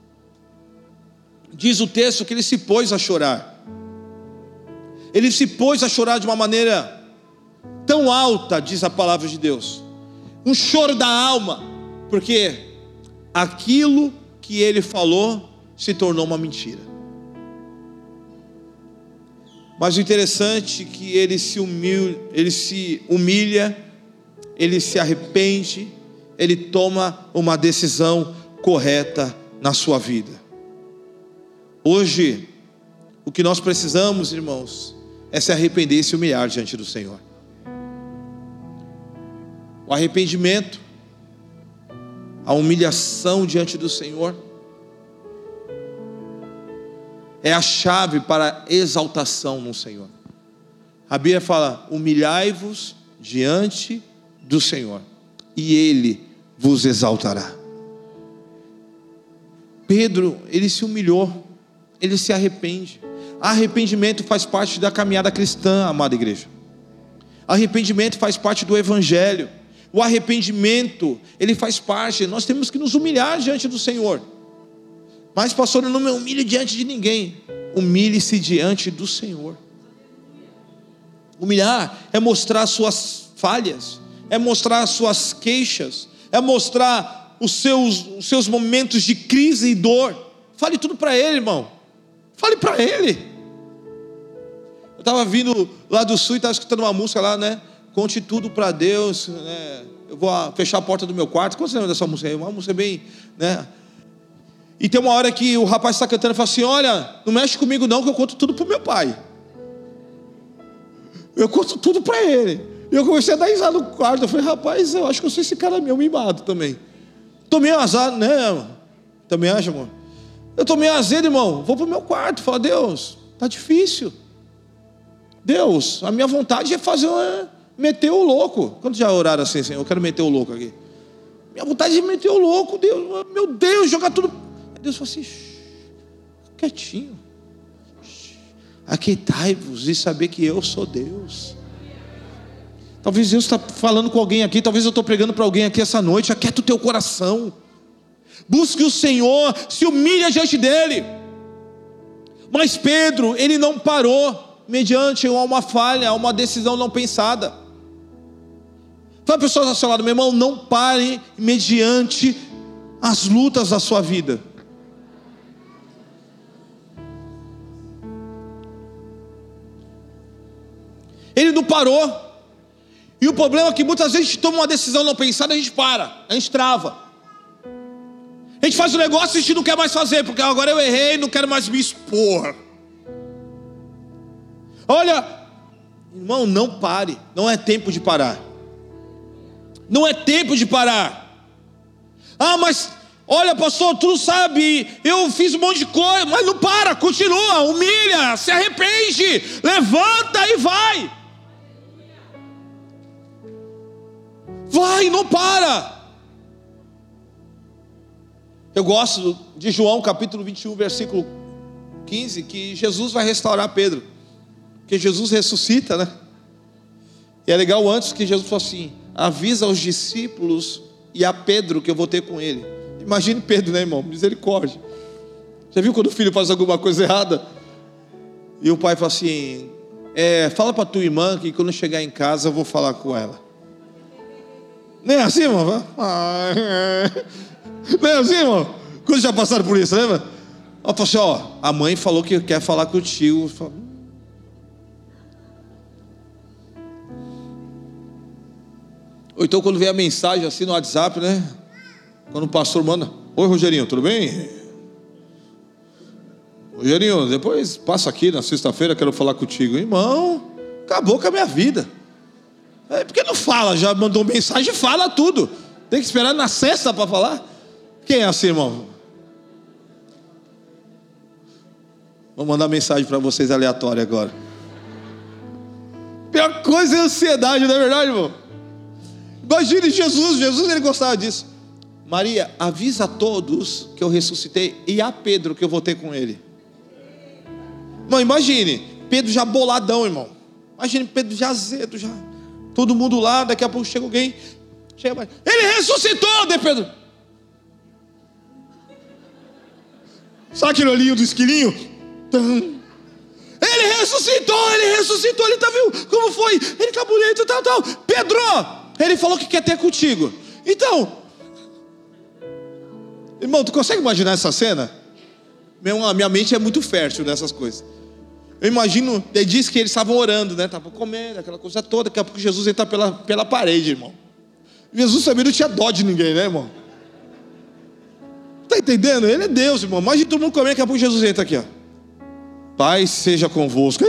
Diz o texto que ele se pôs a chorar. Ele se pôs a chorar de uma maneira tão alta, diz a palavra de Deus, um choro da alma, porque aquilo que ele falou se tornou uma mentira. Mas o interessante é que ele se humilha, ele se humilha, ele se arrepende, ele toma uma decisão correta na sua vida. Hoje, o que nós precisamos, irmãos, é se arrepender e se humilhar diante do Senhor. O arrependimento, a humilhação diante do Senhor, é a chave para a exaltação no Senhor. A Bíblia fala: humilhai-vos diante do Senhor, e Ele vos exaltará. Pedro, ele se humilhou, ele se arrepende. Arrependimento faz parte da caminhada cristã, amada igreja. Arrependimento faz parte do evangelho. O arrependimento, ele faz parte. Nós temos que nos humilhar diante do Senhor. Mas pastor, eu não me humilho diante de ninguém. Humilhe-se diante do Senhor. Humilhar é mostrar suas falhas, é mostrar suas queixas, é mostrar os seus, os seus momentos de crise e dor. Fale tudo para Ele, irmão. Fale para Ele. Eu estava vindo lá do sul e estava escutando uma música lá, né? Conte tudo para Deus, né? Eu vou fechar a porta do meu quarto. Quantos lembram dessa música aí? Uma música bem, né? E tem uma hora que o rapaz está cantando e fala assim: olha, não mexe comigo não, que eu conto tudo pro meu pai. Eu conto tudo para ele. E eu comecei a dar risada no quarto. Eu falei: rapaz, eu acho que eu sou esse cara meu mimado também. Tomei azar, né? Também acha, amor? Eu tomei azedo, irmão. Vou pro meu quarto. Fala: Deus, tá difícil. Deus, a minha vontade é fazer uma... meter o louco. Quantos já oraram assim, Senhor? Eu quero meter o louco aqui. Minha vontade é meter o louco, Deus. Meu Deus, jogar tudo. Deus falou assim: quietinho. Aquietai-vos e saber que eu sou Deus. Talvez Deus está falando com alguém aqui. Talvez eu estou pregando para alguém aqui essa noite. Aquieta o teu coração. Busque o Senhor. Se humilha diante dEle. Mas Pedro, ele não parou mediante uma falha, uma decisão não pensada. Fala para a pessoa do seu lado: meu irmão, não pare mediante as lutas da sua vida. Ele não parou. E o problema é que muitas vezes a gente toma uma decisão não pensada, a gente para, a gente trava. A gente faz um negócio e a gente não quer mais fazer, porque agora eu errei, não quero mais me expor. Olha, irmão, não pare. Não é tempo de parar. Não é tempo de parar. Ah, mas olha, pastor, tu não sabe, eu fiz um monte de coisa. Mas não para, continua, humilha, se arrepende, levanta e vai. Vai, não para. Eu gosto de João capítulo vinte e um, versículo quinze, que Jesus vai restaurar Pedro, que Jesus ressuscita, né? E é legal antes que Jesus falou assim: avisa aos discípulos e a Pedro que eu vou ter com ele. Imagine Pedro, né, irmão? Misericórdia. Já viu quando o filho faz alguma coisa errada? E o pai fala assim: é, fala para tua irmã que quando chegar em casa eu vou falar com ela. Nem é assim, irmão? Não é assim, irmão? Quando já passaram por isso, lembra? Ela falou assim: ó, a mãe falou que quer falar contigo. Ou então quando vem a mensagem assim no WhatsApp, né? Quando o pastor manda: oi, Rogerinho, tudo bem? Rogerinho, depois passa aqui na sexta-feira, quero falar contigo. Irmão, acabou com a minha vida. É porque não fala, já mandou mensagem, fala tudo. Tem que esperar na sexta para falar. Quem é assim, irmão? Vou mandar mensagem para vocês aleatória agora. Pior coisa é a ansiedade, não é verdade, irmão? Imagine Jesus, Jesus ele gostava disso. Maria, avisa a todos que eu ressuscitei e a Pedro que eu vou ter com ele. Irmão, imagine, Pedro já boladão, irmão. Imagine Pedro já azedo, já. Todo mundo lá, daqui a pouco chega alguém. Chega mais. Ele ressuscitou, né, Pedro? Sabe aquele olhinho do esquilinho? Ele ressuscitou, ele ressuscitou, ele tá viu como foi? Ele tá bonito, tal, tal. Pedro, ele falou que quer ter contigo. Então, irmão, tu consegue imaginar essa cena? Minha, minha mente é muito fértil nessas coisas. Eu imagino, ele disse que eles estavam orando, né? Estavam comendo, aquela coisa toda. Daqui a pouco Jesus entra pela, pela parede, irmão. Jesus também não tinha dó de ninguém, né, irmão? Tá entendendo? Ele é Deus, irmão. Imagina todo mundo comendo, daqui a pouco Jesus entra aqui, ó. Pai seja convosco.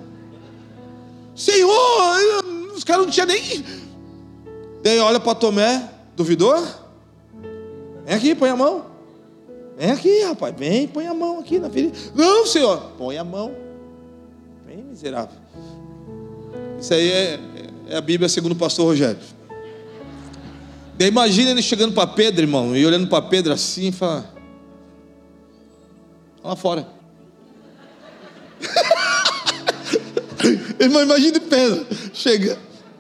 Senhor, os caras não tinham nem... Daí olha para Tomé, duvidou? Vem aqui, põe a mão. Vem aqui, rapaz, vem, põe a mão aqui na ferida. Não, Senhor, põe a mão. Vem, miserável. Isso aí é, é a Bíblia segundo o pastor Rogério. Daí imagina ele chegando para Pedro, irmão, e olhando para Pedro assim e fala: lá fora. Irmão, imagine Pedro chega.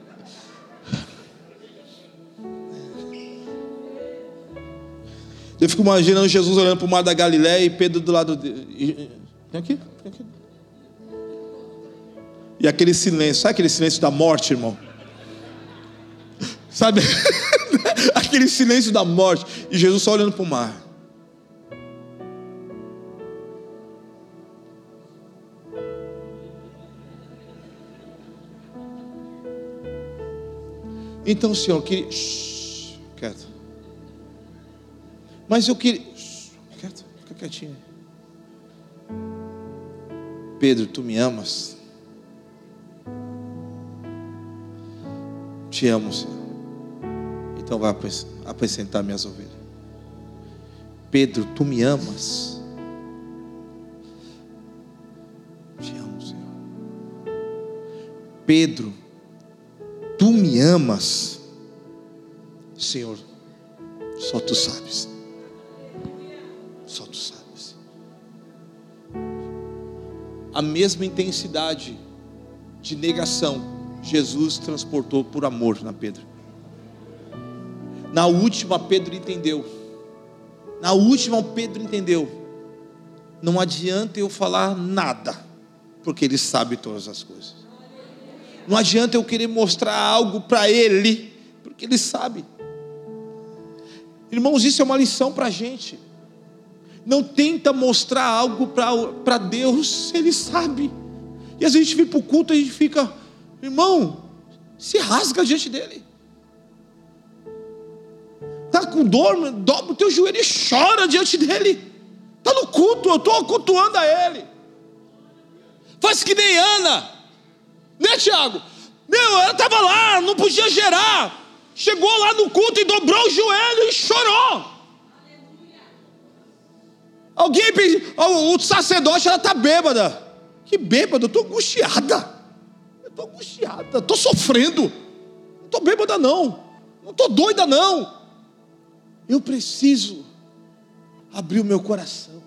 Eu fico imaginando Jesus olhando para o mar da Galileia e Pedro do lado dele. Tem aqui, tem aqui. E aquele silêncio, sabe aquele silêncio da morte, irmão? Sabe? Aquele silêncio da morte. E Jesus só olhando para o mar. Então, Senhor, eu queria... Shhh, quieto. Mas eu queria... Shhh, quieto, quieto. quietinho. Pedro, tu me amas? Te amo, Senhor. Então vai apacentar minhas ovelhas. Pedro, tu me amas? Te amo, Senhor. Pedro, tu me amas? Senhor, só tu sabes. Só tu sabes. A mesma intensidade de negação Jesus transportou por amor na Pedro. Na última Pedro entendeu. Na última Pedro entendeu. Não adianta eu falar nada, porque Ele sabe todas as coisas. Não adianta eu querer mostrar algo para Ele, porque Ele sabe. Irmãos, isso é uma lição para a gente. Não tenta mostrar algo para Deus, Ele sabe. E às vezes a gente vem para o culto e a gente fica, irmão, se rasga diante dEle. Está com dor, dobra o teu joelho e chora diante dEle. Está no culto, eu estou cultuando a Ele. Faz que nem Ana, né, Tiago? Meu, ela estava lá, não podia gerar. Chegou lá no culto e dobrou o joelho e chorou. Alguém pediu, o sacerdote, ela está bêbada. Que bêbada, eu estou angustiada. Eu estou angustiada, estou sofrendo. Não estou bêbada não. Não estou doida não. Eu preciso abrir o meu coração.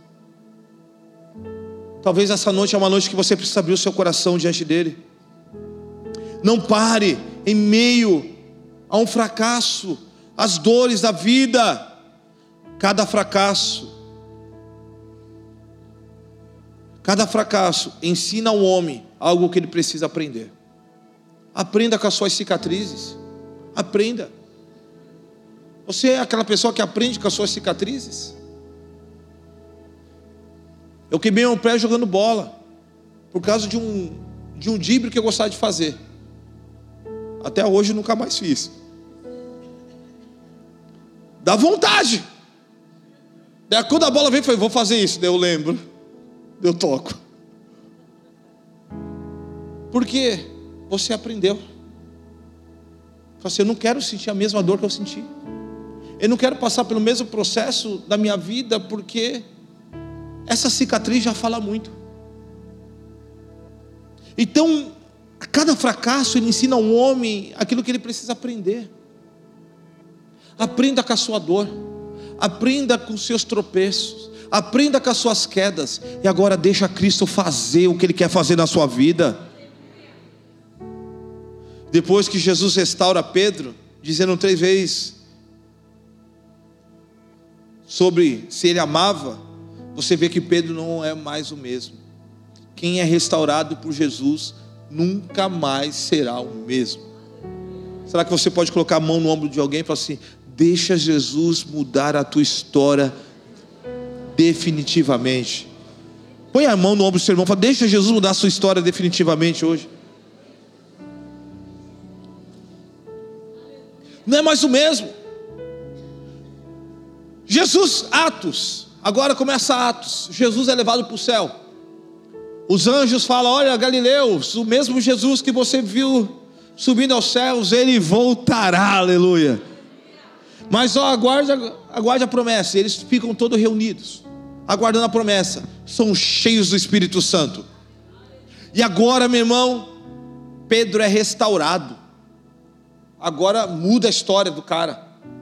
Talvez essa noite é uma noite que você precisa abrir o seu coração diante dEle. Não pare em meio a um fracasso, as dores da vida. Cada fracasso Cada fracasso ensina ao homem algo que ele precisa aprender. Aprenda com as suas cicatrizes. Aprenda. Você é aquela pessoa que aprende com as suas cicatrizes? Eu queimei meu pé jogando bola, por causa de um, de um drible que eu gostava de fazer. Até hoje eu nunca mais fiz. Dá vontade. Daí quando a bola veio, eu falei, vou fazer isso. Daí eu lembro. Eu toco. Porque você aprendeu. Falei assim, eu não quero sentir a mesma dor que eu senti. Eu não quero passar pelo mesmo processo da minha vida, porque essa cicatriz já fala muito. Então, a cada fracasso ele ensina ao homem aquilo que ele precisa aprender. Aprenda com a sua dor. Aprenda com os seus tropeços. Aprenda com as suas quedas. E agora deixa Cristo fazer o que Ele quer fazer na sua vida. Depois que Jesus restaura Pedro, dizendo três vezes sobre se ele amava, você vê que Pedro não é mais o mesmo. Quem é restaurado por Jesus nunca mais será o mesmo. Será que você pode colocar a mão no ombro de alguém e falar assim, deixa Jesus mudar a tua história definitivamente? Põe a mão no ombro do seu irmão e fala, deixa Jesus mudar a sua história definitivamente hoje. Não é mais o mesmo. Jesus, Atos, agora começa Atos. Jesus é levado para o céu. Os anjos falam, olha Galileus, o mesmo Jesus que você viu subindo aos céus, Ele voltará, aleluia. Mas ó, aguarde, aguarde a promessa. Eles ficam todos reunidos, aguardando a promessa. São cheios do Espírito Santo. E agora, meu irmão, Pedro é restaurado. Agora muda a história do cara.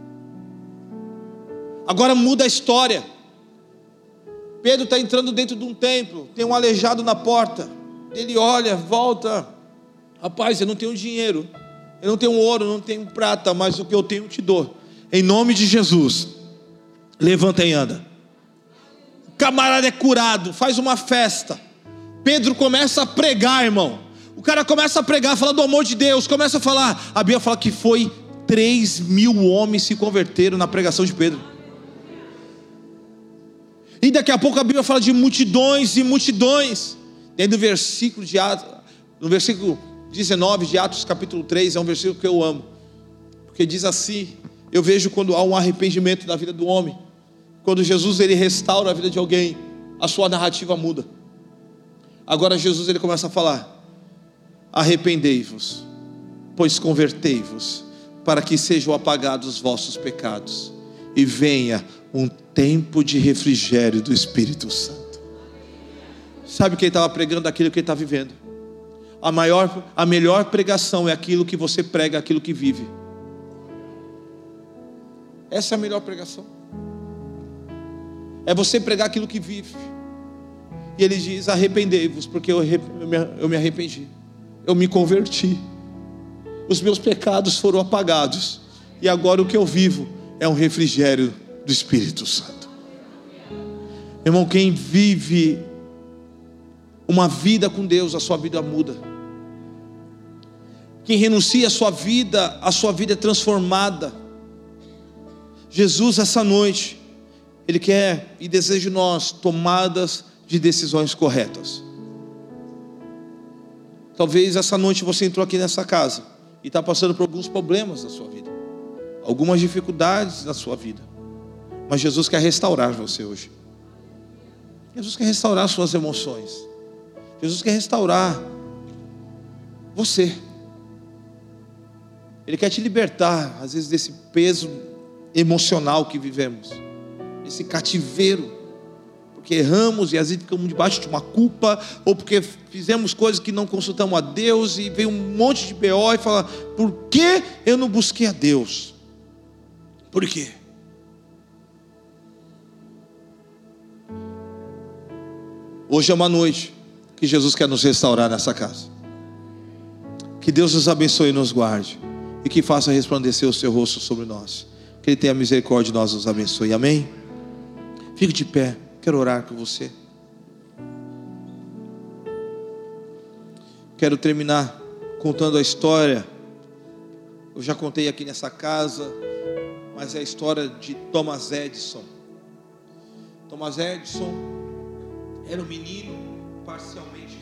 Agora muda a história. Pedro está entrando dentro de um templo. Tem um aleijado na porta. Ele olha, volta. Rapaz, eu não tenho dinheiro, eu não tenho ouro, eu não tenho prata, mas o que eu tenho eu te dou. Em nome de Jesus, levanta e anda. O camarada é curado, faz uma festa. Pedro começa a pregar, irmão. O cara começa a pregar, fala do amor de Deus, começa a falar. A Bíblia fala que foi três mil homens se converteram na pregação de Pedro. E daqui a pouco a Bíblia fala de multidões e multidões. Dentro do versículo de Atos, no versículo dezenove de Atos capítulo três, é um versículo que eu amo. Porque diz assim, eu vejo quando há um arrependimento na vida do homem, Quando Jesus ele restaura a vida de alguém, a sua narrativa muda. Agora Jesus ele começa a falar: arrependei-vos, pois convertei-vos, para que sejam apagados os vossos pecados, e venha um tempo de refrigério do Espírito Santo. Sabe quem estava pregando aquilo que ele está vivendo? A maior, a melhor pregação é aquilo que você prega, aquilo que vive. Essa é a melhor pregação. É você pregar aquilo que vive. E ele diz: arrependei-vos, porque eu, eu, me, eu me arrependi, eu me converti, os meus pecados foram apagados, e agora o que eu vivo é um refrigério do Espírito Santo. Irmão, quem vive uma vida com Deus, a sua vida muda. Quem renuncia a sua vida, a sua vida é transformada. Jesus, essa noite, Ele quer e deseja de nós tomadas de decisões corretas. Talvez essa noite você entrou aqui nessa casa e está passando por alguns problemas na sua vida, algumas dificuldades na sua vida, mas Jesus quer restaurar você hoje. Jesus quer restaurar suas emoções. Jesus quer restaurar você. Ele quer te libertar, às vezes, desse peso emocional que vivemos, esse cativeiro, porque erramos e às vezes ficamos debaixo de uma culpa, ou porque fizemos coisas que não consultamos a Deus, e veio um monte de B O e fala: por que eu não busquei a Deus? Por quê? Hoje é uma noite que Jesus quer nos restaurar nessa casa. Que Deus nos abençoe e nos guarde, e que faça resplandecer o seu rosto sobre nós. Que Ele tenha misericórdia de nós, nos abençoe. Amém? Fique de pé, quero orar com você. Quero terminar contando a história. Eu já contei aqui nessa casa, mas é a história de Thomas Edison. Thomas Edison era um menino parcialmente